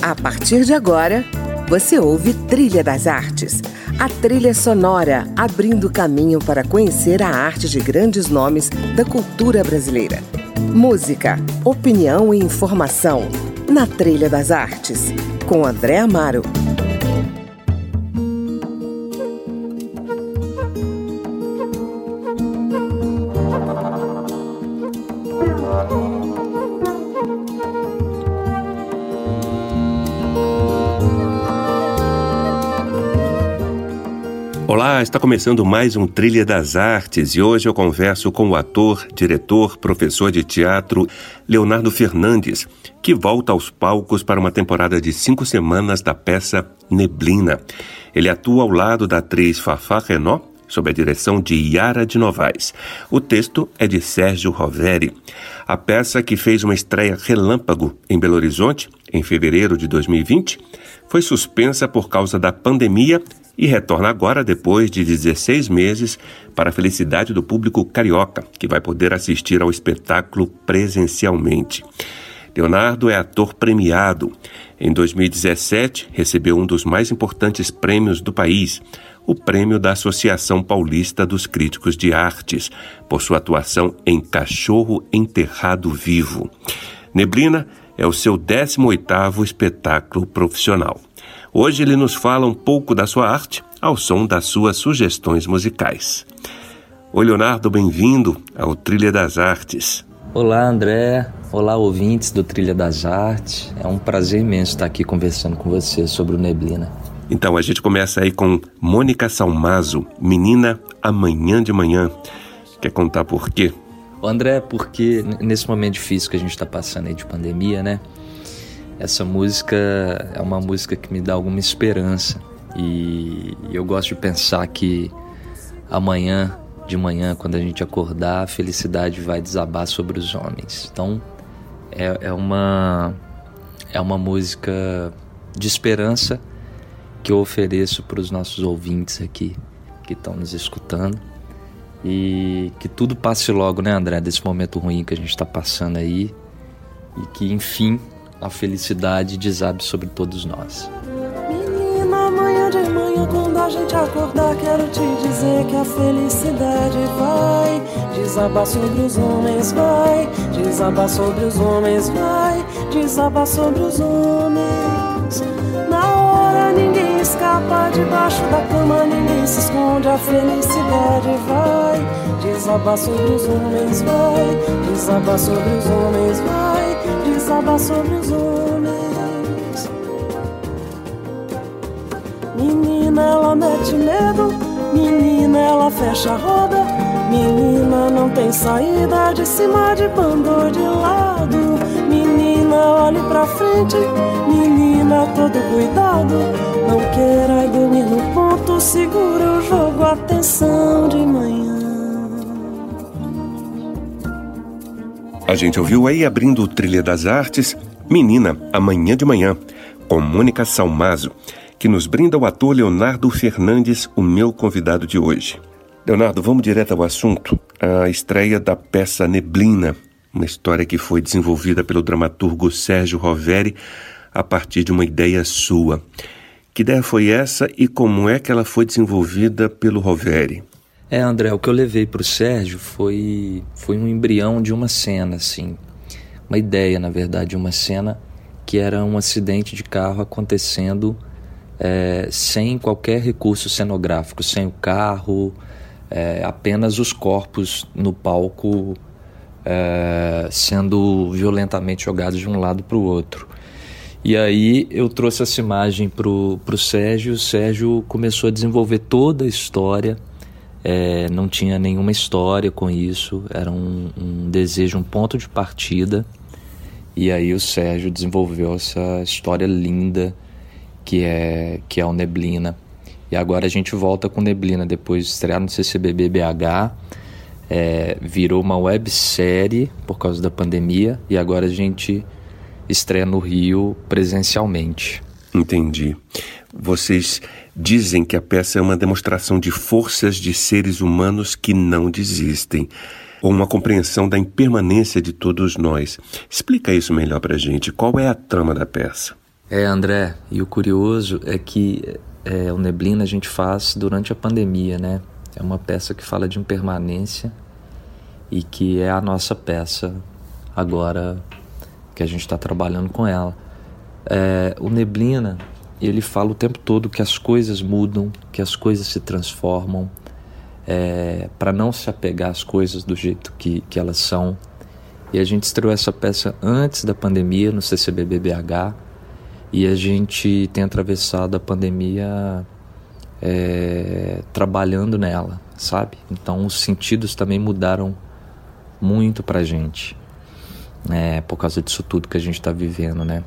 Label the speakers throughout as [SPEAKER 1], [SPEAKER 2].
[SPEAKER 1] A partir de agora, você ouve Trilha das Artes, a trilha sonora abrindo caminho para conhecer a arte de grandes nomes da cultura brasileira. Música, opinião e informação na Trilha das Artes, com André Amaro.
[SPEAKER 2] Olá, está começando mais um Trilha das Artes e hoje eu converso com o ator, diretor, professor de teatro Leonardo Fernandes, que volta aos palcos para uma temporada de 5 semanas da peça Neblina. Ele atua ao lado da atriz Fafá Renaud, sob a direção de Yara de Novaes. O texto é de Sérgio Roveri. A peça, que fez uma estreia relâmpago em Belo Horizonte, em fevereiro de 2020, foi suspensa por causa da pandemia e retorna agora, depois de 16 meses, para a felicidade do público carioca, que vai poder assistir ao espetáculo presencialmente. Leonardo é ator premiado. Em 2017, recebeu um dos mais importantes prêmios do país, o prêmio da Associação Paulista dos Críticos de Artes, por sua atuação em Cachorro Enterrado Vivo. Neblina é o seu 18º espetáculo profissional. Hoje ele nos fala um pouco da sua arte ao som das suas sugestões musicais. Oi, Leonardo, bem-vindo ao Trilha das Artes.
[SPEAKER 3] Olá, André. Olá, ouvintes do Trilha das Artes. É um prazer imenso estar aqui conversando com você sobre o Neblina.
[SPEAKER 2] Então, a gente começa aí com Mônica Salmazo, Menina, Amanhã de Manhã. Quer contar por quê?
[SPEAKER 3] André, porque nesse momento difícil que a gente está passando aí de pandemia, né? Essa música é uma música que me dá alguma esperança e eu gosto de pensar que amanhã de manhã, quando a gente acordar, a felicidade vai desabar sobre os homens. Então é uma música de esperança que eu ofereço para os nossos ouvintes aqui que estão nos escutando e que tudo passe logo, né, André, desse momento ruim que a gente está passando aí e que, enfim, a felicidade desabe sobre todos nós.
[SPEAKER 4] Menina, amanhã de manhã, quando a gente acordar, quero te dizer que a felicidade vai desabar sobre os homens, vai desabar sobre os homens, vai desabar sobre os homens. Na hora ninguém escapa, debaixo da cama ninguém se esconde, a felicidade vai desabar sobre os homens, vai desabar sobre os homens, vai desabar sobre os homens. Menina, ela mete medo, menina, ela fecha a roda, menina, não tem saída, de cima, de bando ou de lado. Menina, olhe pra frente, menina, todo cuidado, não queira dormir no ponto, segura o jogo, atenção de manhã.
[SPEAKER 2] A gente ouviu aí, abrindo o Trilha das Artes, Menina, Amanhã de Manhã, com Mônica Salmazo, que nos brinda o ator Leonardo Fernandes, o meu convidado de hoje. Leonardo, vamos direto ao assunto. A estreia da peça Neblina, uma história que foi desenvolvida pelo dramaturgo Sérgio Roveri a partir de uma ideia sua. Que ideia foi essa e como é que ela foi desenvolvida pelo Roveri?
[SPEAKER 3] André, o que eu levei para o Sérgio foi um embrião de uma cena, assim. Uma ideia, na verdade, uma cena que era um acidente de carro acontecendo sem qualquer recurso cenográfico, sem o carro, apenas os corpos no palco sendo violentamente jogados de um lado para o outro. E aí eu trouxe essa imagem pro Sérgio, o Sérgio começou a desenvolver toda a história. Não tinha nenhuma história com isso, era um desejo, um ponto de partida. E aí o Sérgio desenvolveu essa história linda que é o Neblina. E agora a gente volta com Neblina, depois de estrear no CCBB BH, virou uma websérie por causa da pandemia e agora a gente estreia no Rio presencialmente.
[SPEAKER 2] Entendi. Vocês dizem que a peça é uma demonstração de forças de seres humanos que não desistem, ou uma compreensão da impermanência de todos nós. Explica isso melhor pra gente. Qual é a trama da peça?
[SPEAKER 3] André, e o curioso é que o Neblina a gente faz durante a pandemia, né? É uma peça que fala de impermanência e que é a nossa peça agora que a gente está trabalhando com ela. O Neblina, ele fala o tempo todo que as coisas mudam, que as coisas se transformam, para não se apegar às coisas do jeito que elas são. E a gente estreou essa peça antes da pandemia no CCBB-BH, e a gente tem atravessado a pandemia trabalhando nela, sabe? Então os sentidos também mudaram muito pra gente, por causa disso tudo que a gente está vivendo, né?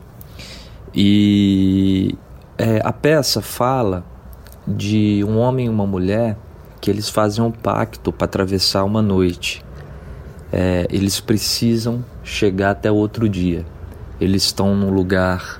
[SPEAKER 3] E a peça fala de um homem e uma mulher que eles fazem um pacto para atravessar uma noite. Eles precisam chegar até o outro dia. Eles estão num lugar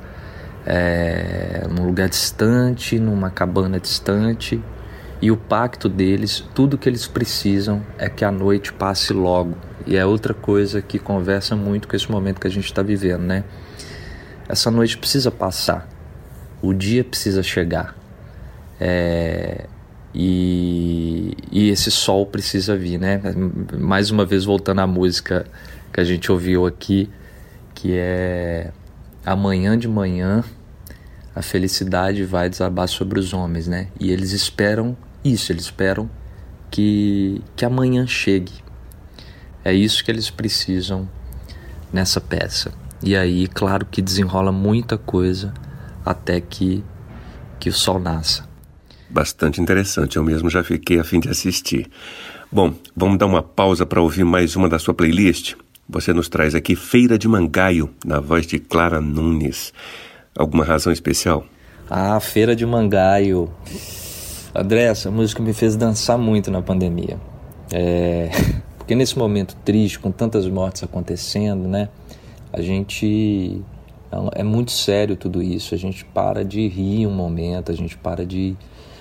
[SPEAKER 3] distante, numa cabana distante, e o pacto deles, tudo que eles precisam é que a noite passe logo. E é outra coisa que conversa muito com esse momento que a gente está vivendo, né? Essa noite precisa passar, o dia precisa chegar, e esse sol precisa vir, né? Mais uma vez voltando à música que a gente ouviu aqui, que é amanhã de manhã a felicidade vai desabar sobre os homens, né? E eles esperam isso, eles esperam que amanhã chegue. É isso que eles precisam nessa peça. E aí, claro que desenrola muita coisa até que o sol nasça.
[SPEAKER 2] Bastante interessante, eu mesmo já fiquei a fim de assistir. Bom, vamos dar uma pausa para ouvir mais uma da sua playlist. Você nos traz aqui Feira de Mangaio, na voz de Clara Nunes. Alguma razão especial?
[SPEAKER 3] Feira de Mangaio. André, essa música me fez dançar muito na pandemia. Porque nesse momento triste, com tantas mortes acontecendo, né? A gente... É muito sério tudo isso. A gente para de rir um momento, a gente para de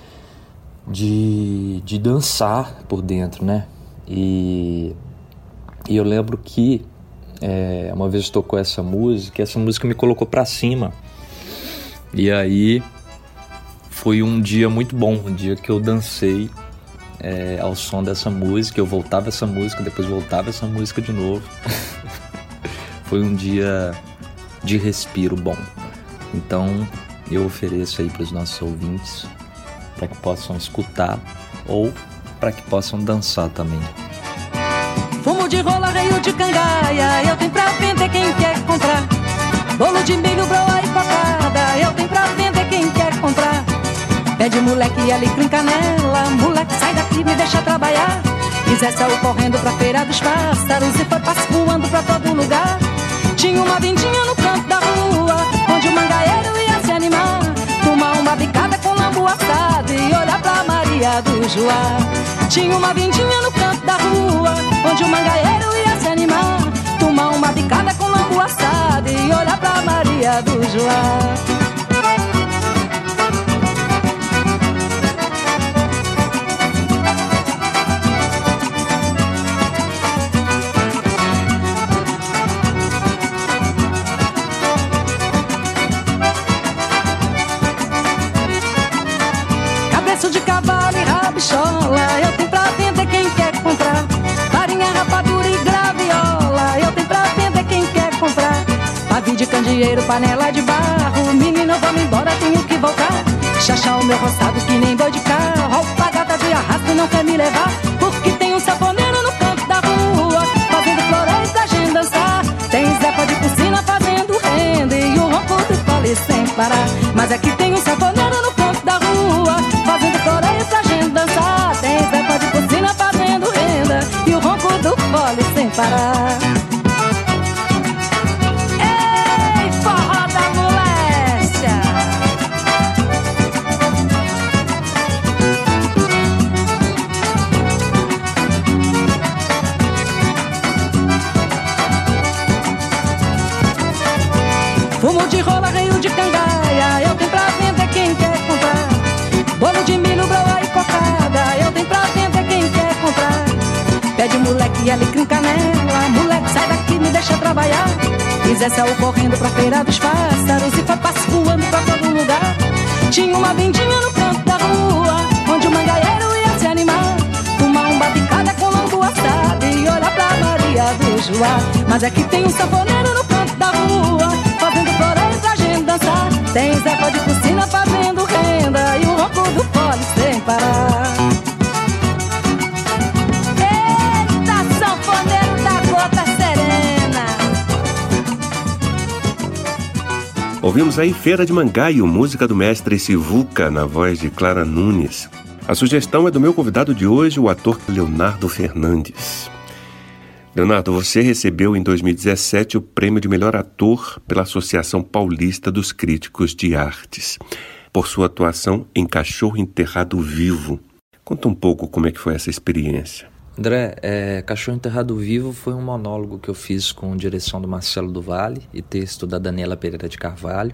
[SPEAKER 3] dançar por dentro, né? E eu lembro que uma vez tocou essa música me colocou pra cima. E aí foi um dia muito bom, um dia que eu dancei ao som dessa música. Eu voltava essa música, depois voltava essa música de novo. Foi um dia de respiro bom. Então eu ofereço aí para os nossos ouvintes, para que possam escutar ou para que possam dançar também.
[SPEAKER 5] Fumo de rola, reio de cangaia, eu tenho pra vender quem quer comprar. Bolo de milho, broa e cocada, eu tenho pra vender quem quer comprar. Pede moleque alecrim canela, moleque sai daqui, me deixa trabalhar. Zé saiu correndo pra feira dos pássaros e foi passo voando pra todo lugar. Tinha uma vendinha no canto da rua, onde o mangaeiro ia se animar, tomar uma bicada com lambu assado e olhar pra Maria do Joá. Tinha uma vendinha no canto da rua, onde o mangaeiro ia se animar, tomar uma bicada com lambu assado e olhar pra Maria do Joá. De cavalo e rabichola, eu tenho pra vender quem quer comprar. Farinha, rapadura e graviola, eu tenho pra vender quem quer comprar. Pavio de candeeiro, panela de barro, menino, vamos embora, tenho que voltar. Chachar o meu roçado que nem boi de carro, alpagata de arrasto não quer me levar, porque tem um saponeiro no canto da rua, fazendo floreio pra gente dançar. Tem Zepa de Porcina fazendo renda e o ronco do fole sem parar. Mas aqui tem um saponeiro no canto da rua, fazendo floreio pra gente dançar. Tem Zepa de Porcina fazendo renda e o ronco do fole sem parar. Ei, forró da moléstia! Fumo de rola, reio de cangaia, eu tenho pra vender quem quer comprar. Bolo de milho, broa e cocada, eu tenho pra vender quem quer comprar. Pede moleque alecrim canela, moleque sai daqui, me deixa trabalhar. E Zé saiu correndo pra feira dos pássaros e foi passo voando pra todo lugar. Tinha uma vendinha no canto da rua, onde o mangaeiro ia se animar, tomar um babicada com longo assado e olhar pra Maria do Joá. Mas é que tem um sanfoneiro no canto da rua, fazendo floreio pra gente dançar. Tem Zé de Cucina fazendo renda e o ronco do fole sem parar. Eita, sanfoneiro da gota serena.
[SPEAKER 2] Ouvimos aí Feira de Mangaio, música do mestre Sivuca, na voz de Clara Nunes. A sugestão é do meu convidado de hoje, o ator Leonardo Fernandes. Leonardo, você recebeu em 2017 o prêmio de melhor ator pela Associação Paulista dos Críticos de Artes, por sua atuação em Cachorro Enterrado Vivo. Conta um pouco como é que foi essa experiência.
[SPEAKER 3] André, Cachorro Enterrado Vivo foi um monólogo que eu fiz com direção do Marcelo do Vale e texto da Daniela Pereira de Carvalho.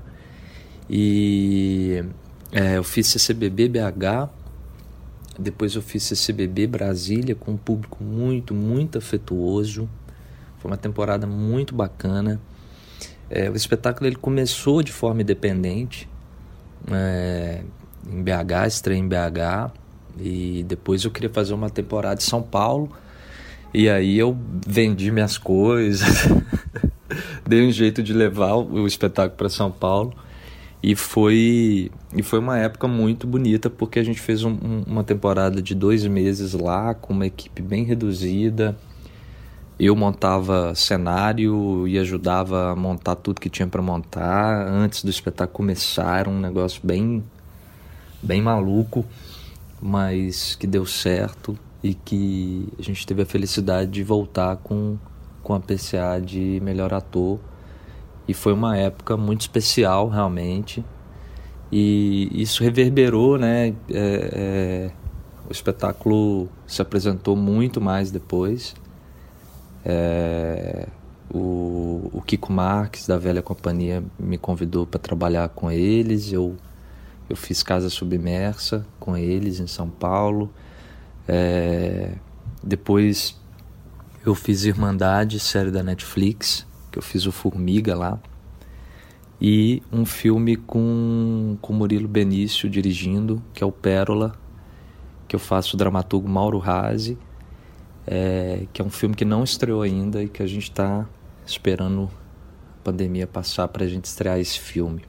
[SPEAKER 3] E eu fiz CCBB BH, depois eu fiz CCBB Brasília com um público muito, muito afetuoso. Foi uma temporada muito bacana. O espetáculo ele começou de forma independente, em BH, estreia em BH. E depois eu queria fazer uma temporada em São Paulo. E aí eu vendi minhas coisas, dei um jeito de levar o espetáculo para São Paulo. E foi uma época muito bonita, porque a gente fez uma temporada de 2 meses lá, com uma equipe bem reduzida. Eu montava cenário e ajudava a montar tudo que tinha para montar. Antes do espetáculo começar, era um negócio bem, bem maluco, mas que deu certo e que a gente teve a felicidade de voltar com a PCA de melhor ator. E foi uma época muito especial, realmente. E isso reverberou, né? O espetáculo se apresentou muito mais depois. O Kiko Marques, da Velha Companhia, me convidou para trabalhar com eles. Eu fiz Casa Submersa com eles em São Paulo. Depois eu fiz Irmandade, série da Netflix, que eu fiz o Formiga lá, e um filme com Murilo Benício dirigindo, que é o Pérola, que eu faço o dramaturgo Mauro Razzi, que é um filme que não estreou ainda e que a gente está esperando a pandemia passar para a gente estrear esse filme.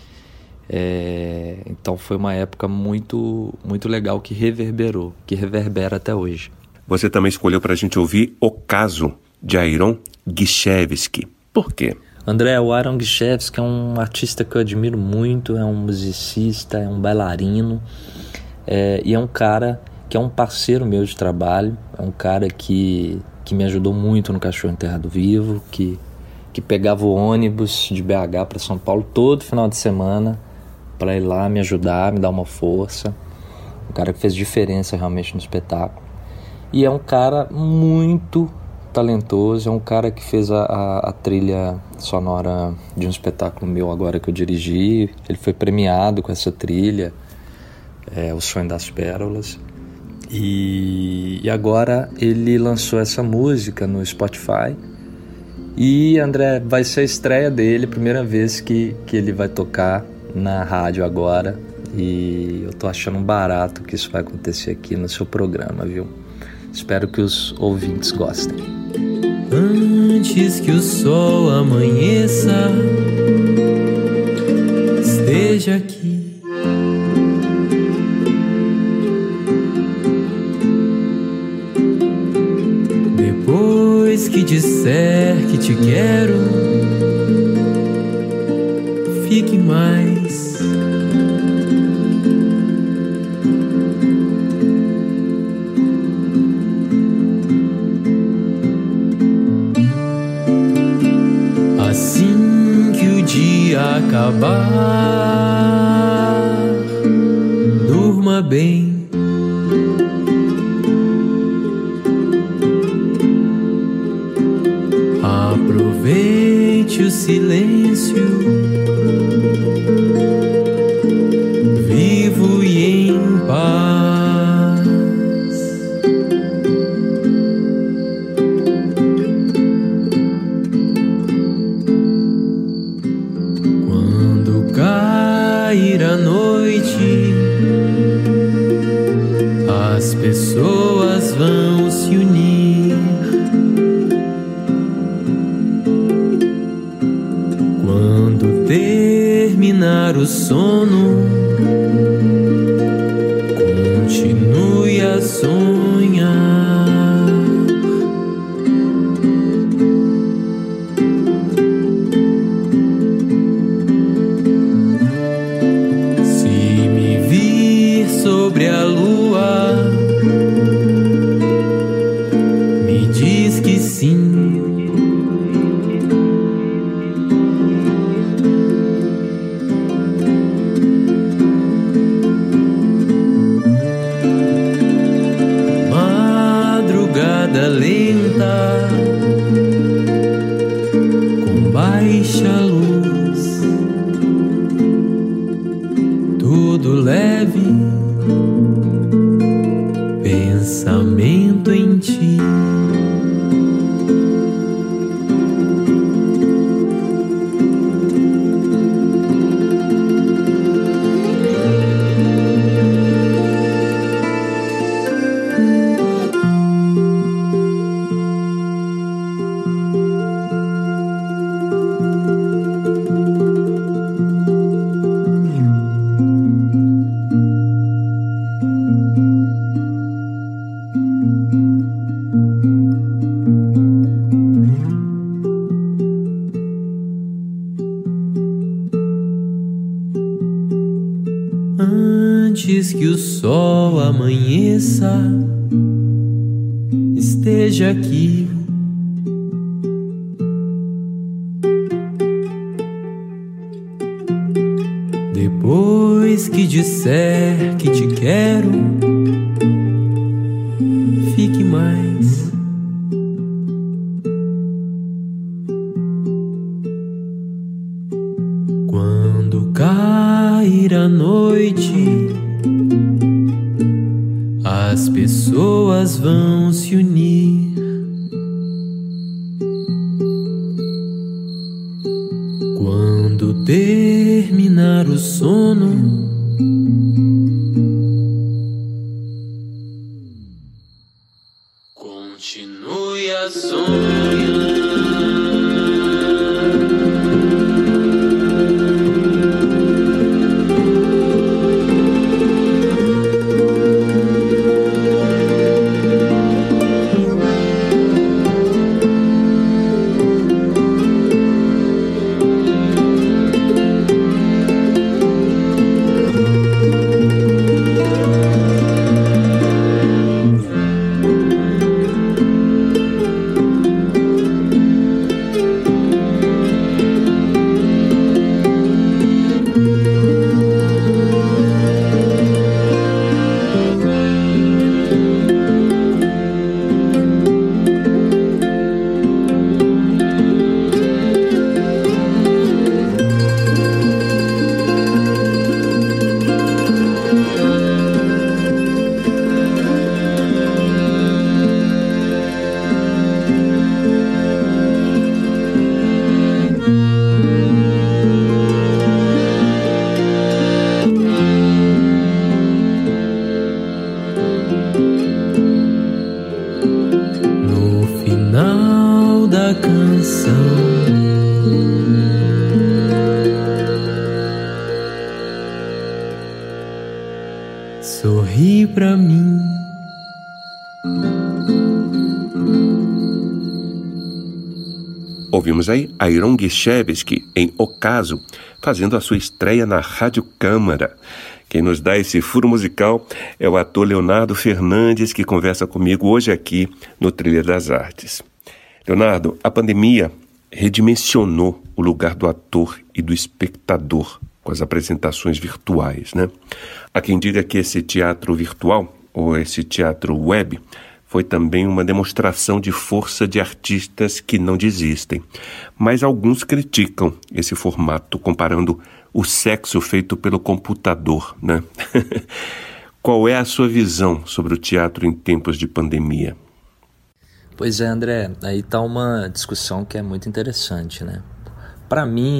[SPEAKER 3] Então foi uma época muito, muito legal que reverberou, que reverbera até hoje.
[SPEAKER 2] Você também escolheu para a gente ouvir O Caso, de Aaron Guichevski. Por quê?
[SPEAKER 3] André, o Aaron Guichevski é um artista que eu admiro muito, é um musicista, é um bailarino, e é um cara que é um parceiro meu de trabalho, é um cara que me ajudou muito no Cachorro Enterrado Vivo, que pegava o ônibus de BH para São Paulo todo final de semana para ir lá me ajudar, me dar uma força. Um cara que fez diferença realmente no espetáculo. E é um cara muito talentoso, é um cara que fez a trilha sonora de um espetáculo meu agora que eu dirigi. Ele foi premiado com essa trilha, O Sonho das Pérolas. E agora ele lançou essa música no Spotify. E, André, vai ser a estreia dele, primeira vez que ele vai tocar na rádio agora. E eu tô achando um barato que isso vai acontecer aqui no seu programa, viu? Espero que os ouvintes gostem.
[SPEAKER 6] Antes que o sol amanheça, esteja aqui. Depois que disser que te quero, fique mais. Assim que o dia acabar, durma bem. Aproveite o silêncio, vivo e em paz. cair a noite, as pessoas vão se unir. Quando terminar o sono, continue a sonhar. Se me vir sobre a lua, me diz que sim. Lenta, com baixa luz, tudo leve, pensamento em ti. Antes que o sol amanheça, esteja aqui. Depois que disser que te quero, fique mais. Quando cair a noite, as pessoas vão se unir. Quando terminar o sono, continue a sonhar. Sorri pra mim.
[SPEAKER 2] Ouvimos aí Iron Gishevsky em O Caso, fazendo a sua estreia na Rádio Câmara. Quem nos dá esse furo musical é o ator Leonardo Fernandes, que conversa comigo hoje aqui no Trilha das Artes. Leonardo, a pandemia redimensionou o lugar do ator e do espectador com as apresentações virtuais, né? Há quem diga que esse teatro virtual, ou esse teatro web, foi também uma demonstração de força de artistas que não desistem. Mas alguns criticam esse formato, comparando o sexo feito pelo computador, né? Qual é a sua visão sobre o teatro em tempos de pandemia?
[SPEAKER 3] Pois é, André, aí está uma discussão que é muito interessante, né? Para mim,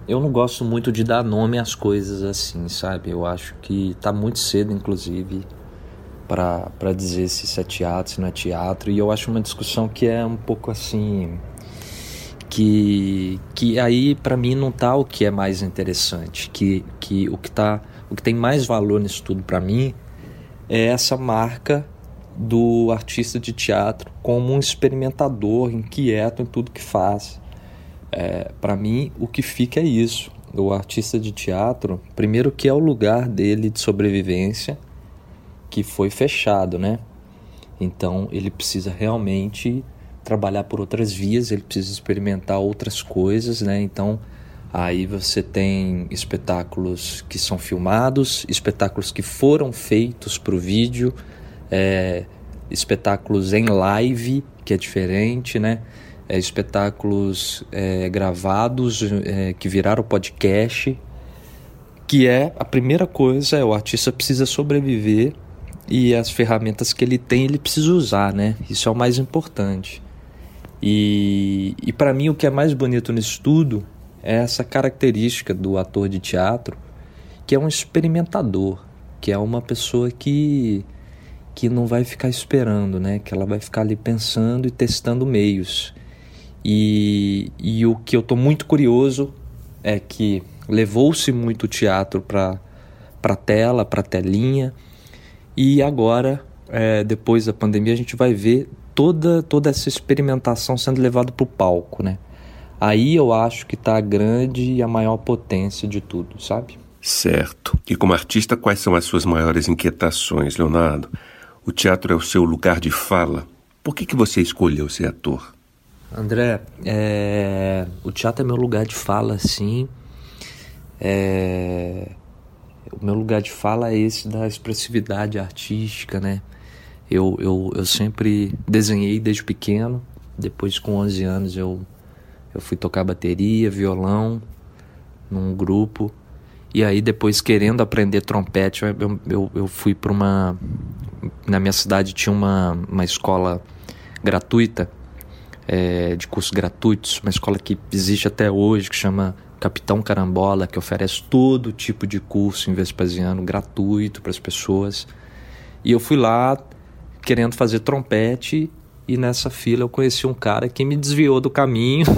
[SPEAKER 3] eu não gosto muito de dar nome às coisas assim, sabe? Eu acho que tá muito cedo, inclusive, para dizer se isso é teatro, se não é teatro. E eu acho uma discussão que é um pouco assim... Que aí, para mim, não tá o que é mais interessante. O que tem mais valor nisso tudo, para mim, é essa marca do artista de teatro como um experimentador, inquieto em tudo que faz. Para mim, o que fica é isso. O artista de teatro, primeiro, que é o lugar dele de sobrevivência, que foi fechado, né? Então, ele precisa realmente trabalhar por outras vias, ele precisa experimentar outras coisas, né? Então, aí você tem espetáculos que são filmados, espetáculos que foram feitos para o vídeo, espetáculos em live, que é diferente, né? Espetáculos gravados, que viraram podcast, que a primeira coisa, o artista precisa sobreviver e as ferramentas que ele tem, ele precisa usar, né? Isso é o mais importante. E para mim o que é mais bonito nisso tudo é essa característica do ator de teatro, que é um experimentador, que é uma pessoa que não vai ficar esperando, né? Que ela vai ficar ali pensando e testando meios. E o que eu estou muito curioso é que levou-se muito o teatro para a tela, para a telinha, e agora, depois da pandemia, a gente vai ver toda essa experimentação sendo levada para o palco, né? Aí eu acho que está a grande e a maior potência de tudo, sabe?
[SPEAKER 2] Certo. E como artista, quais são as suas maiores inquietações, Leonardo? O teatro é o seu lugar de fala. Por que você escolheu ser ator?
[SPEAKER 3] André, o teatro é meu lugar de fala, sim. O meu lugar de fala é esse da expressividade artística, né? Eu sempre desenhei desde pequeno. Depois, com 11 anos, eu fui tocar bateria, violão, num grupo. E aí, depois, querendo aprender trompete, eu fui para uma... Na minha cidade tinha uma escola gratuita, de cursos gratuitos, uma escola que existe até hoje, que chama Capitão Carambola, que oferece todo tipo de curso em Vespasiano gratuito para as pessoas. E eu fui lá querendo fazer trompete, e nessa fila eu conheci um cara que me desviou do caminho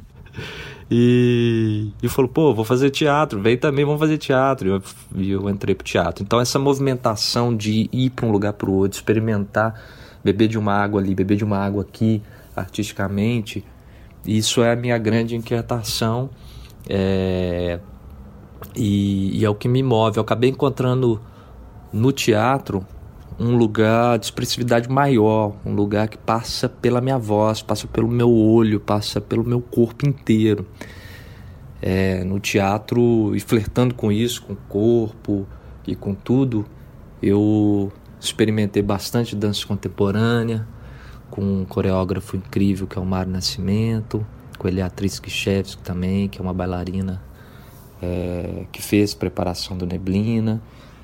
[SPEAKER 3] e falou, pô, vou fazer teatro, vem também, vamos fazer teatro. E eu entrei pro teatro. Então essa movimentação de ir para um lugar para o outro, experimentar, beber de uma água ali, beber de uma água aqui, artisticamente, isso é a minha grande inquietação, e é o que me move. Eu acabei encontrando no teatro um lugar de expressividade maior, um lugar que passa pela minha voz, passa pelo meu olho, passa pelo meu corpo inteiro. No teatro, e flertando com isso, com o corpo e com tudo, eu experimentei bastante dança contemporânea, com um coreógrafo incrível que é o Mário Nascimento, com a Eliatriz Kichevski também, que é uma bailarina que fez preparação do Neblina.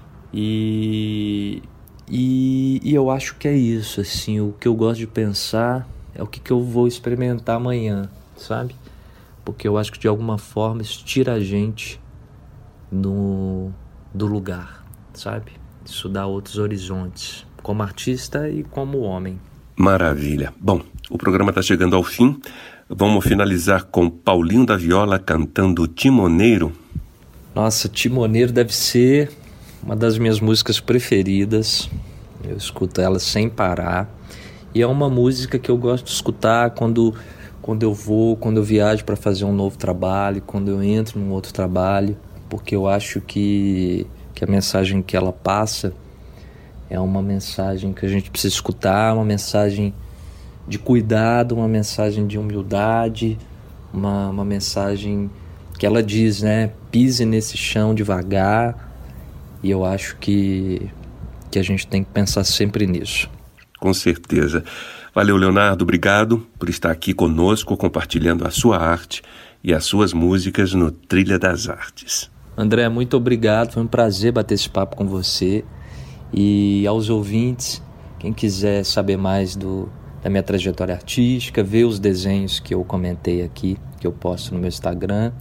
[SPEAKER 3] E eu acho que é isso, assim, o que eu gosto de pensar é o que eu vou experimentar amanhã, sabe? Porque eu acho que de alguma forma isso tira a gente do lugar, sabe? Isso dá outros horizontes, como artista e como homem.
[SPEAKER 2] Maravilha. Bom, o programa está chegando ao fim. Vamos finalizar com Paulinho da Viola cantando Timoneiro.
[SPEAKER 3] Nossa, Timoneiro deve ser uma das minhas músicas preferidas. Eu escuto ela sem parar. E é uma música que eu gosto de escutar quando eu viajo para fazer um novo trabalho, quando eu entro num outro trabalho, porque eu acho que a mensagem que ela passa é uma mensagem que a gente precisa escutar, uma mensagem de cuidado, uma mensagem de humildade, uma mensagem que ela diz, né? Pise nesse chão devagar. E eu acho que a gente tem que pensar sempre nisso.
[SPEAKER 2] Com certeza. Valeu, Leonardo. Obrigado por estar aqui conosco, compartilhando a sua arte e as suas músicas no Trilha das Artes.
[SPEAKER 3] André, muito obrigado. Foi um prazer bater esse papo com você. E aos ouvintes, quem quiser saber mais da minha trajetória artística, ver os desenhos que eu comentei aqui, que eu posto no meu Instagram,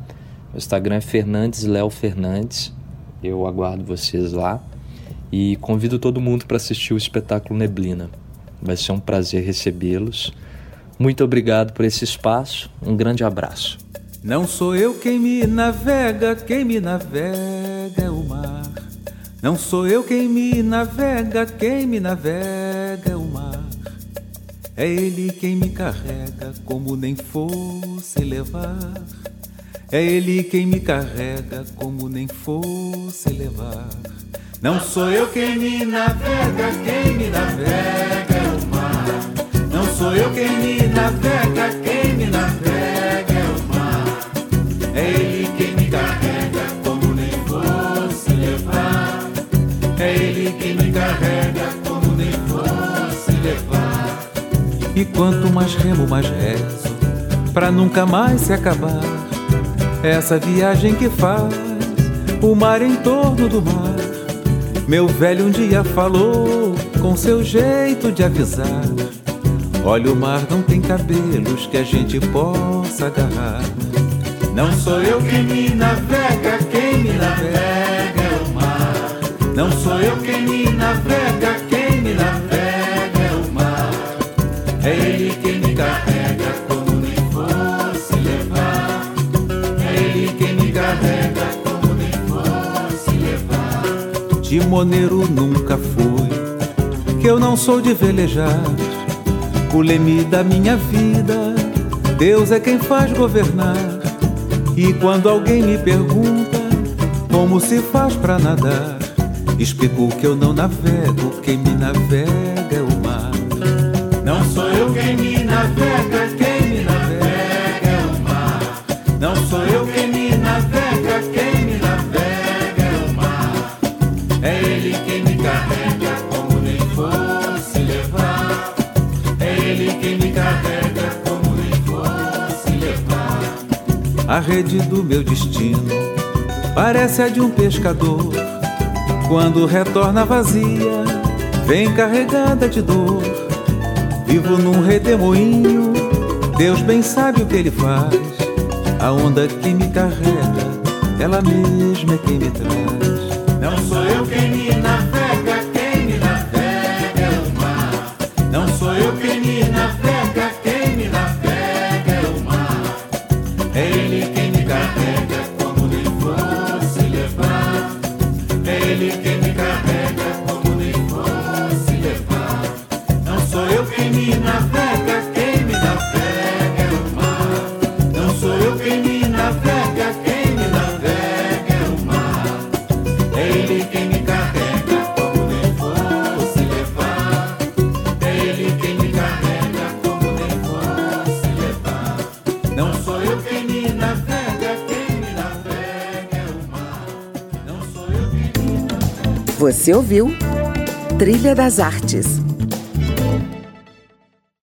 [SPEAKER 3] O Instagram é Fernandes Léo Fernandes. Eu aguardo vocês lá. E convido todo mundo para assistir o espetáculo Neblina. Vai ser um prazer recebê-los. Muito obrigado por esse espaço. Um grande abraço.
[SPEAKER 7] Não sou eu quem me navega é o mar. Não sou eu quem me navega é o mar. É ele quem me carrega como nem fosse levar. É ele quem me carrega como nem fosse levar. Não sou eu quem me navega é o mar. Não sou eu quem me navega é o mar. É ele quem me carrega como nem fosse levar. É ele quem me carrega como nem fosse levar. E quanto mais remo, mais rezo, pra nunca mais se acabar essa viagem que faz o mar em torno do mar. Meu velho um dia falou com seu jeito de avisar: olha, o mar não tem cabelos que a gente possa agarrar. Não sou eu quem me navega é o mar. Não sou eu quem me navega é o mar. É ele quem me carrega como nem fosse levar. É ele quem me carrega como nem fosse levar. Timoneiro nunca fui, que eu não sou de velejar. O leme da minha vida, Deus é quem faz governar. E quando alguém me pergunta como se faz pra nadar, explico que eu não navego, quem me navega é o mar. Não sou eu quem me navega é o mar. Não sou eu quem me navega é o mar. É ele quem me carrega como nem fosse levar. É ele quem me carrega como nem fosse levar. A rede do meu destino parece a de um pescador. Quando retorna vazia, vem carregada de dor. Vivo num redemoinho, Deus bem sabe o que ele faz. A onda que me carrega, ela mesma é quem me traz. Não sou eu quem me navega é o mar. Não sou eu quem me navega é o mar. É ele quem me carrega como nem fosse levar. É ele quem me carrega como nem fosse levar. Não sou eu quem me navega é o mar. Não sou eu quem me navega é o mar. É ele quem me carrega como nem fosse levar. É ele quem me carrega como nem fosse levar. Não sou eu quem me navega é o mar. Não sou eu quem me navega.
[SPEAKER 1] Você ouviu Trilha das Artes.